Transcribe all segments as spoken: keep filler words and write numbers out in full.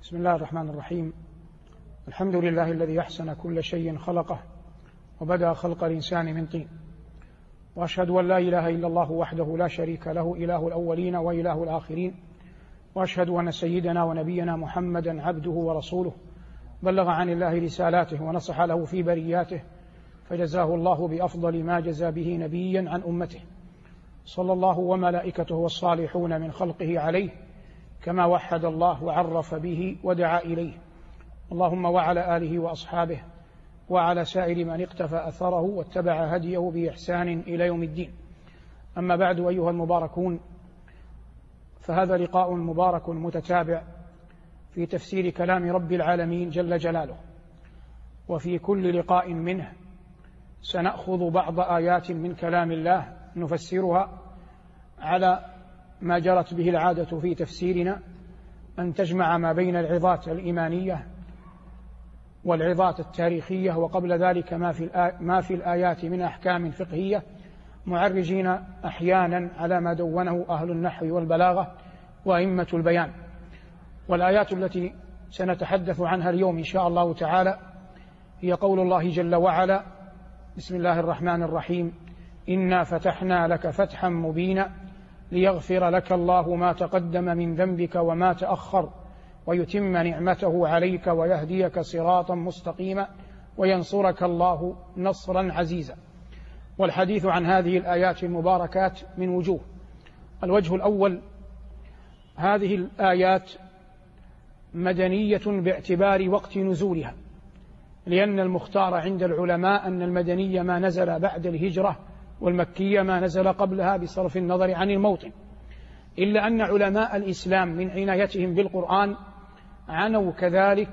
بسم الله الرحمن الرحيم. الحمد لله الذي أحسن كل شيء خلقه وبدأ خلق الإنسان من طين، وأشهد أن لا إله إلا الله وحده لا شريك له إله الأولين وإله الآخرين، وأشهد أن سيدنا ونبينا محمدا عبده ورسوله بلغ عن الله رسالاته ونصح له في برياته، فجزاه الله بأفضل ما جزى به نبيا عن أمته، صلى الله وملائكته والصالحون من خلقه عليه كما وحد الله وعرف به ودعا إليه، اللهم وعلى آله وأصحابه وعلى سائر من اقتفى أثره واتبع هديه بإحسان إلى يوم الدين. أما بعد، أيها المباركون، فهذا لقاء مبارك متتابع في تفسير كلام رب العالمين جل جلاله، وفي كل لقاء منه سنأخذ بعض آيات من كلام الله نفسرها على ما جرت به العادة في تفسيرنا، أن تجمع ما بين العظات الإيمانية والعظات التاريخية، وقبل ذلك ما في ما في الآيات من أحكام فقهية، معرجين أحيانا على ما دونه أهل النحو والبلاغة وأئمة البيان. والآيات التي سنتحدث عنها اليوم إن شاء الله تعالى هي قول الله جل وعلا: بسم الله الرحمن الرحيم، إنا فتحنا لك فتحا مبينا ليغفر لك الله ما تقدم من ذنبك وما تأخر ويتم نعمته عليك ويهديك صراطا مستقيما وينصرك الله نصرا عزيزا. والحديث عن هذه الآيات المباركات من وجوه. الوجه الأول: هذه الآيات مدنية باعتبار وقت نزولها، لأن المختار عند العلماء أن المدنية ما نزل بعد الهجرة، والمكية ما نزل قبلها بصرف النظر عن الموطن، إلا أن علماء الإسلام من عنايتهم بالقرآن عنوا كذلك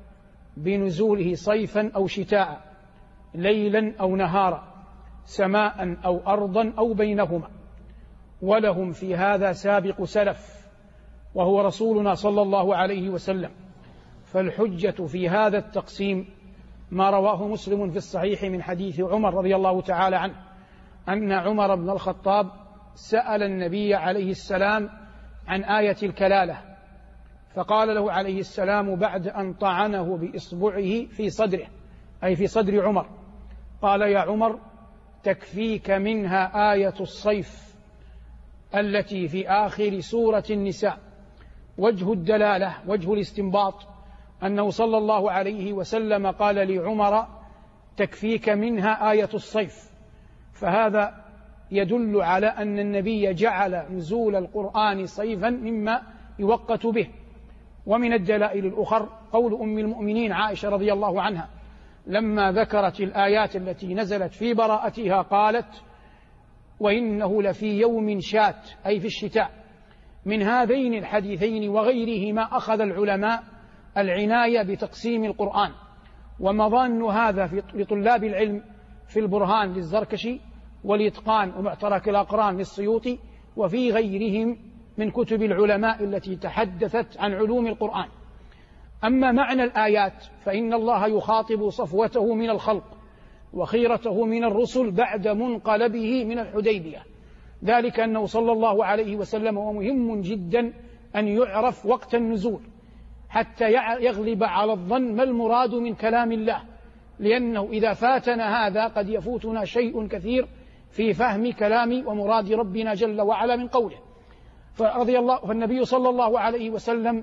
بنزوله صيفا أو شتاء، ليلا أو نهارا، سماء أو أرضا أو بينهما، ولهم في هذا سابق سلف وهو رسولنا صلى الله عليه وسلم. فالحجة في هذا التقسيم ما رواه مسلم في الصحيح من حديث عمر رضي الله تعالى عنه أن عمر بن الخطاب سأل النبي عليه السلام عن آية الكلالة، فقال له عليه السلام بعد أن طعنه بإصبعه في صدره، أي في صدر عمر، قال: يا عمر، تكفيك منها آية الصيف التي في آخر سورة النساء. وجه الدلالة، وجه الاستنباط، أنه صلى الله عليه وسلم قال لعمر: تكفيك منها آية الصيف، فهذا يدل على أن النبي جعل نزول القرآن صيفا مما يوقت به. ومن الدلائل الأخر قول أم المؤمنين عائشة رضي الله عنها لما ذكرت الآيات التي نزلت في براءتها قالت: وإنه لفي يوم شات، أي في الشتاء. من هذين الحديثين وغيرهما أخذ العلماء العناية بتقسيم القرآن، ومظان هذا في لطلاب العلم في البرهان للزركشي والإتقان ومعترك الأقران للسيوطي، وفي غيرهم من كتب العلماء التي تحدثت عن علوم القرآن. أما معنى الآيات فإن الله يخاطب صفوته من الخلق وخيرته من الرسل بعد منقلبه من الحديبية، ذلك أنه صلى الله عليه وسلم، ومهم جدا أن يعرف وقت النزول حتى يغلب على الظن ما المراد من كلام الله، لأنه إذا فاتنا هذا قد يفوتنا شيء كثير في فهم كلام ومراد ربنا جل وعلا من قوله. فرضي الله فالنبي صلى الله عليه وسلم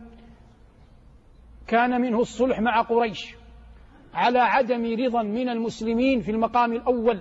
كان منه الصلح مع قريش على عدم رضا من المسلمين في المقام الأول،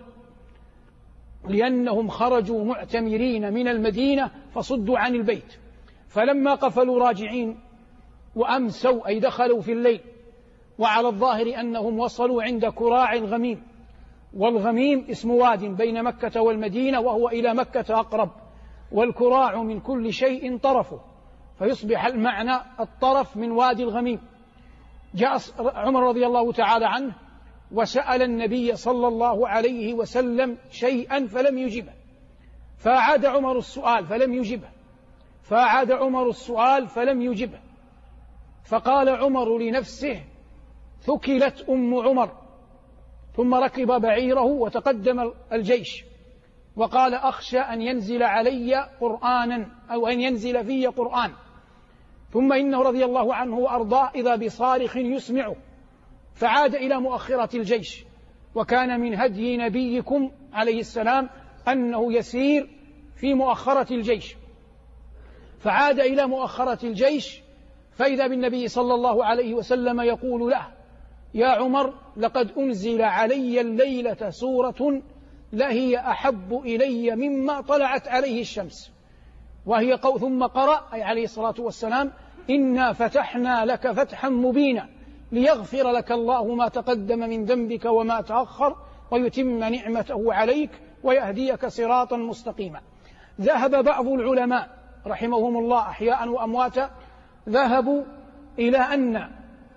لأنهم خرجوا معتمرين من المدينة فصدوا عن البيت، فلما قفلوا راجعين وأمسوا، أي دخلوا في الليل، وعلى الظاهر أنهم وصلوا عند كراع الغميم، والغميم اسم واد بين مكة والمدينة وهو إلى مكة أقرب، والكراع من كل شيء طرفه، فيصبح المعنى الطرف من وادي الغميم. جاء عمر رضي الله تعالى عنه وسأل النبي صلى الله عليه وسلم شيئا فلم يجبه، فأعاد عمر السؤال فلم يجبه، فأعاد عمر السؤال فلم يجبه، فقال عمر لنفسه: ثكلت أم عمر، ثم ركب بعيره وتقدم الجيش وقال: أخشى أن ينزل علي قرآنا أو أن ينزل في قرآن، ثم إنه رضي الله عنه وأرضاه إذا بصارخ يسمعه فعاد إلى مؤخرة الجيش، وكان من هدي نبيكم عليه السلام أنه يسير في مؤخرة الجيش، فعاد إلى مؤخرة الجيش فإذا بالنبي صلى الله عليه وسلم يقول له: يا عمر، لقد أنزل علي الليلة سورة لهي أحب إلي مما طلعت عليه الشمس، وهي قول ثم قرأ أي عليه الصلاة والسلام: إنا فتحنا لك فتحا مبينا ليغفر لك الله ما تقدم من ذنبك وما تأخر ويتم نعمته عليك ويهديك صراطا مستقيما. ذهب بعض العلماء رحمهم الله أحياء وأمواتا ذهبوا إلى أن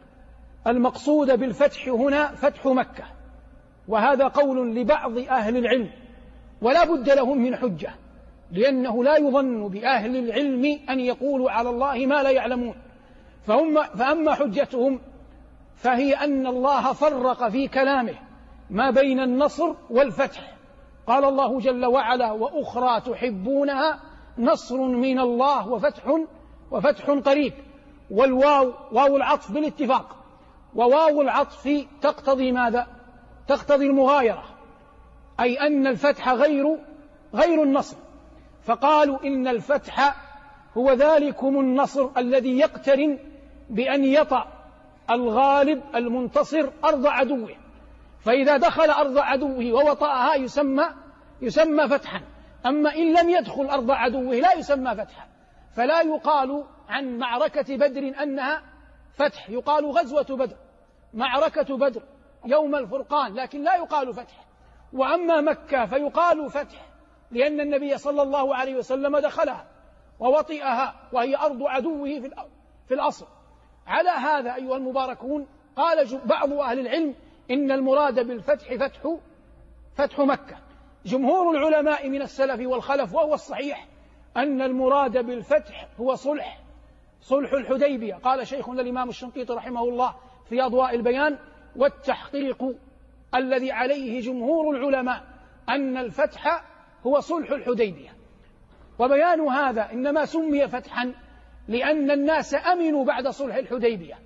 المقصود بالفتح هنا فتح مكة، وهذا قول لبعض أهل العلم ولا بد لهم من حجة، لأنه لا يظن بأهل العلم أن يقولوا على الله ما لا يعلمون. فهم فأما حجتهم فهي أن الله فرق في كلامه ما بين النصر والفتح. قال الله جل وعلا: وأخرى تحبونها نصر من الله وفتح وفتح قريب. والواو واو العطف بالاتفاق، وواو العطف تقتضي ماذا؟ تقتضي المغايرة، أي أن الفتح غير غير النصر. فقالوا إن الفتح هو ذلكم النصر الذي يقترن بأن يطأ الغالب المنتصر أرض عدوه، فإذا دخل أرض عدوه ووطأها يسمى يسمى فتحا. أما إن لم يدخل أرض عدوه لا يسمى فتحا. فلا يقال عن معركة بدر أنها فتح، يقال غزوة بدر، معركة بدر يوم الفرقان، لكن لا يقال فتح. وأما مكة فيقال فتح لأن النبي صلى الله عليه وسلم دخلها ووطئها وهي أرض عدوه في الأصل. على هذا أيها المباركون قال بعض أهل العلم إن المراد بالفتح فتح فتح مكة. جمهور العلماء من السلف والخلف وهو الصحيح أن المراد بالفتح هو صلح صلح الحديبية. قال شيخنا الإمام الشنقيطي رحمه الله في أضواء البيان: والتحقيق الذي عليه جمهور العلماء أن الفتح هو صلح الحديبية. وبيان هذا إنما سمي فتحا لأن الناس أمنوا بعد صلح الحديبية،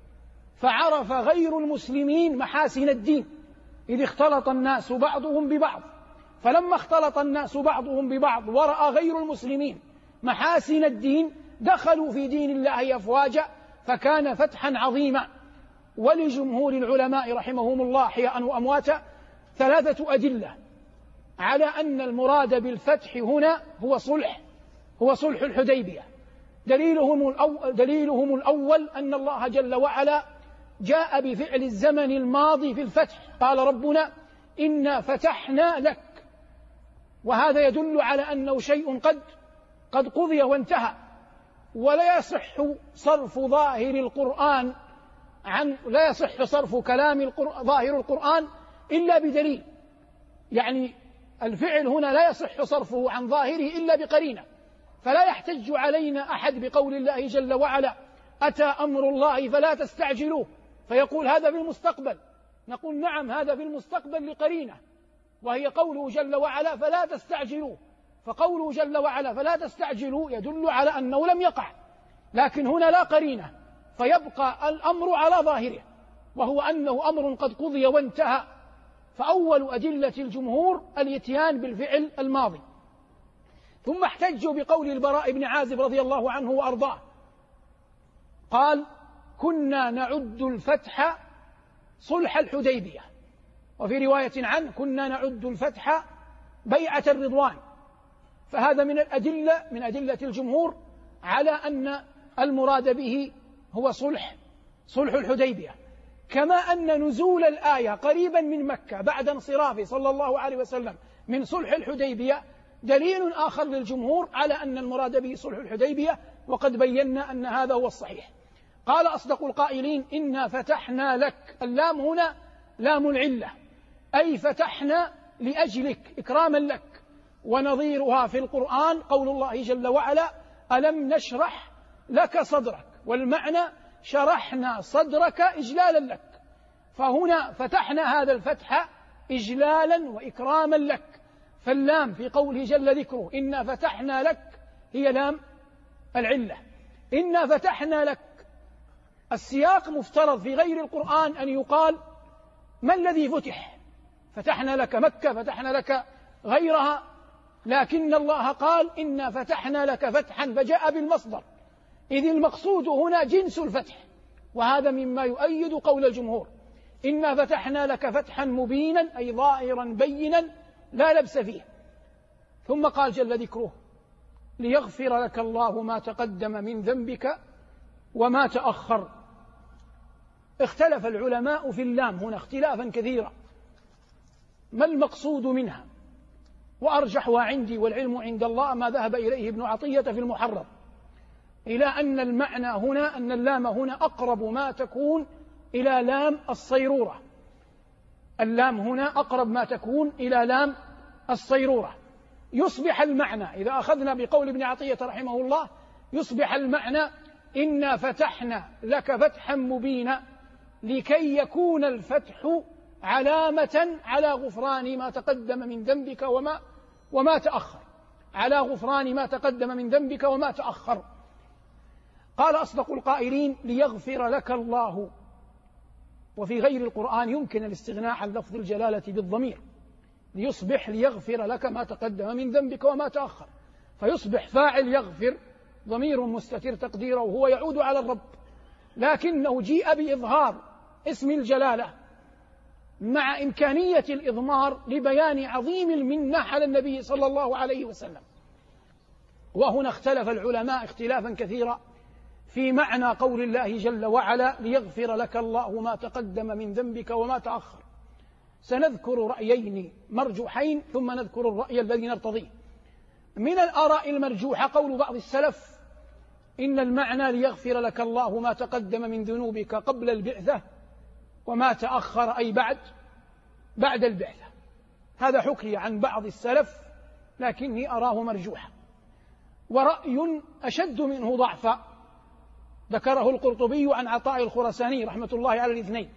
فعرف غير المسلمين محاسن الدين إذ اختلط الناس بعضهم ببعض. فلما اختلط الناس بعضهم ببعض ورأى غير المسلمين محاسن الدين دخلوا في دين الله أفواجا، فكان فتحا عظيما. ولجمهور العلماء رحمهم الله أحياء وأمواتا ثلاثة أدلة على أن المراد بالفتح هنا هو صلح هو صلح الحديبية. دليلهم الأول, دليلهم الأول أن الله جل وعلا جاء بفعل الزمن الماضي في الفتح، قال ربنا: إنا فتحنا لك. وهذا يدل على أنه شيء قد قد قضي وانتهى. ولا يصح صرف ظاهر القرآن عن لا يصح صرف كلام القرآن ظاهر القرآن إلا بدليل. يعني الفعل هنا لا يصح صرفه عن ظاهره إلا بقرينة. فلا يحتج علينا أحد بقول الله جل وعلا: أتى أمر الله فلا تستعجلوه، فيقول هذا في المستقبل. نقول نعم، هذا في المستقبل لقرينة، وهي قوله جل وعلا: فلا تستعجلوه. فقوله جل وعلا فلا تستعجلوا يدل على أنه لم يقع، لكن هنا لا قرينة، فيبقى الأمر على ظاهره، وهو أنه أمر قد قضي وانتهى. فأول أدلة الجمهور الإتيان بالفعل الماضي. ثم احتجوا بقول البراء بن عازب رضي الله عنه وأرضاه، قال: كنا نعد الفتح صلح الحديبية، وفي رواية عنه: كنا نعد الفتح بيعة الرضوان. فهذا من الأدلة من أدلة الجمهور على أن المراد به هو صلح صلح الحديبية. كما أن نزول الآية قريبا من مكة بعد انصرافه صلى الله عليه وسلم من صلح الحديبية دليل آخر للجمهور على أن المراد به صلح الحديبية، وقد بينا أن هذا هو الصحيح. قال أصدق القائلين: إنا فتحنا لك. اللام هنا لام العلة، أي فتحنا لأجلك إكراما لك. ونظيرها في القرآن قول الله جل وعلا: ألم نشرح لك صدرك، والمعنى شرحنا صدرك إجلالا لك. فهنا فتحنا هذا الفتح إجلالا وإكراما لك. فاللام في قوله جل ذكره إنا فتحنا لك هي لام العلة. إنا فتحنا لك. السياق مفترض في غير القرآن أن يقال ما الذي فتح، فتحنا لك مكة، فتحنا لك غيرها، لكن الله قال إنا فتحنا لك فتحا، فجاء بالمصدر، إذ المقصود هنا جنس الفتح، وهذا مما يؤيد قول الجمهور. إنا فتحنا لك فتحا مبينا، أي ظاهرا بينا لا لبس فيه. ثم قال جل ذكره ليغفر لك الله ما تقدم من ذنبك وما تأخر. اختلف العلماء في اللام هنا اختلافا كثيرا، ما المقصود منها؟ وأرجحها عندي والعلم عند الله ما ذهب إليه ابن عطية في المحرر، إلى أن المعنى هنا أن اللام هنا أقرب ما تكون إلى لام الصيرورة. اللام هنا أقرب ما تكون إلى لام الصيرورة. يصبح المعنى إذا أخذنا بقول ابن عطية رحمه الله، يصبح المعنى إنا فتحنا لك فتحا مبينا لكي يكون الفتح علامة على غفران ما تقدم من ذنبك وما وما تأخر، على غفران ما تقدم من ذنبك وما تأخر. قال أصدق القائلين ليغفر لك الله. وفي غير القرآن يمكن الاستغناء عن لفظ الجلالة بالضمير، ليصبح ليغفر لك ما تقدم من ذنبك وما تأخر، فيصبح فاعل يغفر ضمير مستتر تقديره هو يعود على الرب، لكنه جيء بإظهار اسم الجلالة مع إمكانية الإضمار لبيان عظيم المنة على النبي صلى الله عليه وسلم. وهنا اختلف العلماء اختلافا كثيرا في معنى قول الله جل وعلا ليغفر لك الله ما تقدم من ذنبك وما تأخر. سنذكر رأيين مرجوحين ثم نذكر الرأي الذي نرتضيه. من الآراء المرجوحة قول بعض السلف إن المعنى ليغفر لك الله ما تقدم من ذنوبك قبل البعثة وما تأخر أي بعد بعد البعثة. هذا حكي عن بعض السلف لكني أراه مرجوحا. ورأي أشد منه ضعفا ذكره القرطبي عن عطاء الخرساني رحمة الله على الاثنين.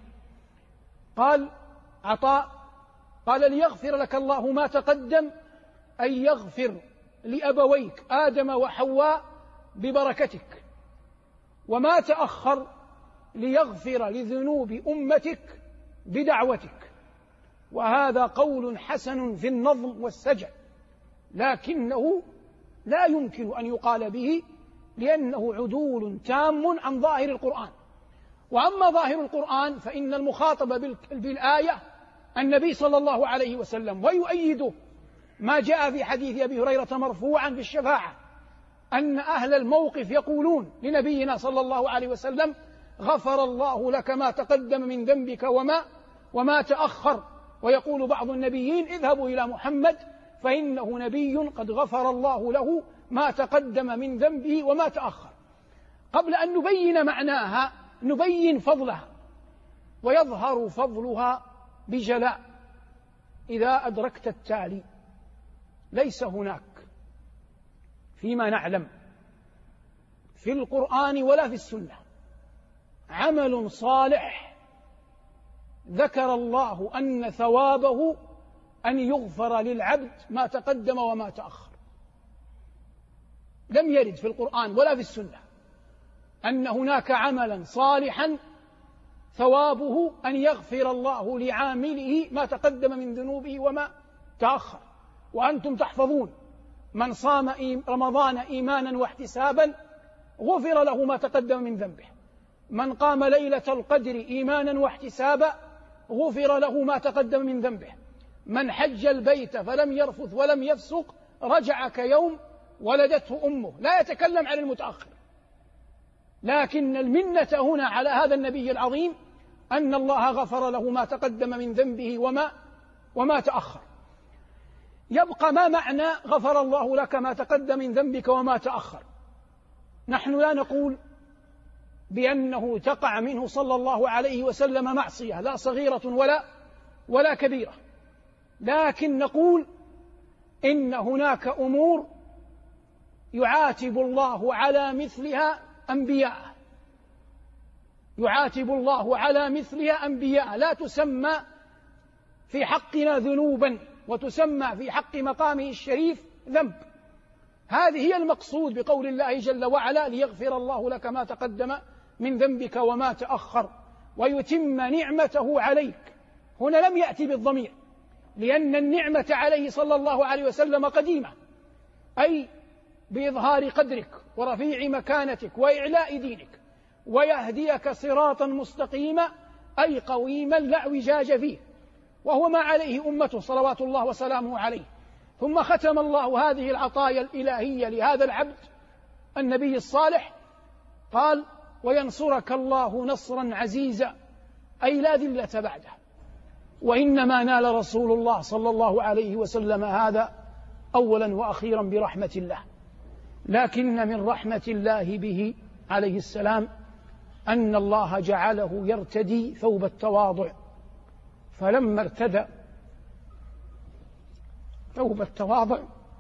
قال عطاء قال ليغفر لك الله ما تقدم أي يغفر لأبويك آدم وحواء ببركتك، وما تأخر ليغفر لذنوب أمتك بدعوتك. وهذا قول حسن في النظم والسجع، لكنه لا يمكن أن يقال به لأنه عدول تام عن ظاهر القرآن. وأما ظاهر القرآن فإن المخاطب بالآية النبي صلى الله عليه وسلم، ويؤيده ما جاء في حديث أبي هريرة مرفوعا بالشفاعة أن أهل الموقف يقولون لنبينا صلى الله عليه وسلم غفر الله لك ما تقدم من ذنبك وما وما تأخر. ويقول بعض النبيين اذهبوا إلى محمد فإنه نبي قد غفر الله له ما تقدم من ذنبه وما تأخر. قبل أن نبين معناها نبين فضلها، ويظهر فضلها بجلاء إذا أدركت التالي: ليس هناك فيما نعلم في القرآن ولا في السنة عمل صالح ذكر الله أن ثوابه أن يغفر للعبد ما تقدم وما تأخر. لم يرد في القرآن ولا في السنة أن هناك عملا صالحا ثوابه أن يغفر الله لعامله ما تقدم من ذنوبه وما تأخر. وأنتم تحفظون من صام رمضان إيمانا واحتسابا غفر له ما تقدم من ذنبه، من قام ليلة القدر إيمانا واحتسابا غفر له ما تقدم من ذنبه، من حج البيت فلم يرفث ولم يفسق رجع كيوم ولدته أمه. لا يتكلم عن المتأخر، لكن المنة هنا على هذا النبي العظيم أن الله غفر له ما تقدم من ذنبه وما وما تأخر. يبقى ما معنى غفر الله لك ما تقدم من ذنبك وما تأخر؟ نحن لا نقول بأنه تقع منه صلى الله عليه وسلم معصية لا صغيرة ولا ولا كبيرة، لكن نقول إن هناك أمور يعاتب الله على مثلها أنبياء، يعاتب الله على مثلها أنبياء لا تسمى في حقنا ذنوبا وتسمى في حق مقامه الشريف ذنب. هذه هي المقصود بقول الله جل وعلا ليغفر الله لك ما تقدم من ذنبك وما تأخر ويتم نعمته عليك. هنا لم يأتي بالضمير لأن النعمة عليه صلى الله عليه وسلم قديمة، أي بإظهار قدرك ورفيع مكانتك وإعلاء دينك، ويهديك صراطا مستقيما أي قويما لا اعوجاج فيه، وهو ما عليه أمته صلوات الله وسلامه عليه. ثم ختم الله هذه العطايا الإلهية لهذا العبد النبي الصالح قال: وينصرك الله نصرا عزيزا، أي لا ذلة بعده. وإنما نال رسول الله صلى الله عليه وسلم هذا أولا وأخيرا برحمة الله، لكن من رحمة الله به عليه السلام أن الله جعله يرتدي ثوب التواضع، فلما ارتدى ثوب التواضع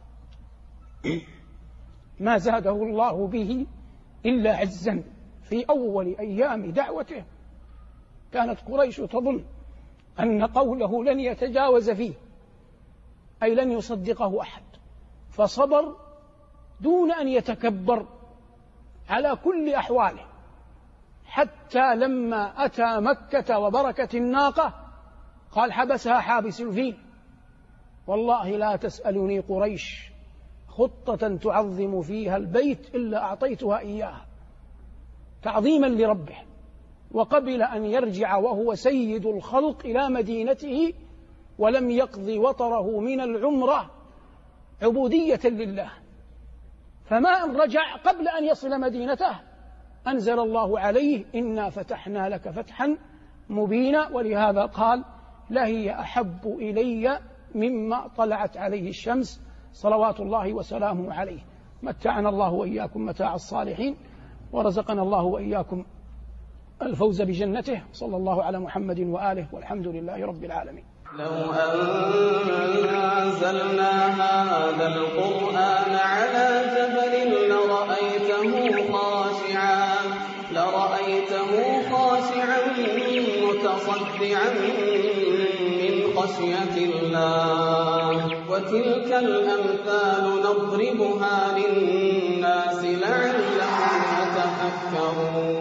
ما زاده الله به إلا عزا. في أول أيام دعوته كانت قريش تظن أن قوله لن يتجاوز فيه، أي لن يصدقه أحد، فصبر دون أن يتكبر على كل أحواله، حتى لما أتى مكة وبركة الناقة قال حبسها حابس الفيل: والله لا تسألني قريش خطة تعظم فيها البيت إلا أعطيتها إياها، تعظيما لربه. وقبل أن يرجع وهو سيد الخلق إلى مدينته ولم يقض وطره من العمرة عبودية لله، فما أن رجع قبل أن يصل مدينته أنزل الله عليه: إنا فتحنا لك فتحا مبينا. ولهذا قال: لهي أحب إلي مما طلعت عليه الشمس صلوات الله وسلامه عليه. متعنا الله وإياكم متاع الصالحين، ورزقنا الله وإياكم الفوز بجنته. صلى الله على محمد وآله، والحمد لله رب العالمين. لو أنزلنا هذا القرآن على جبل لرأيته خاشعا لرأيته خاشعا متصدعا من خشية الله. وتلك الأمثال نضربها للناس لعلهم يتفكرون.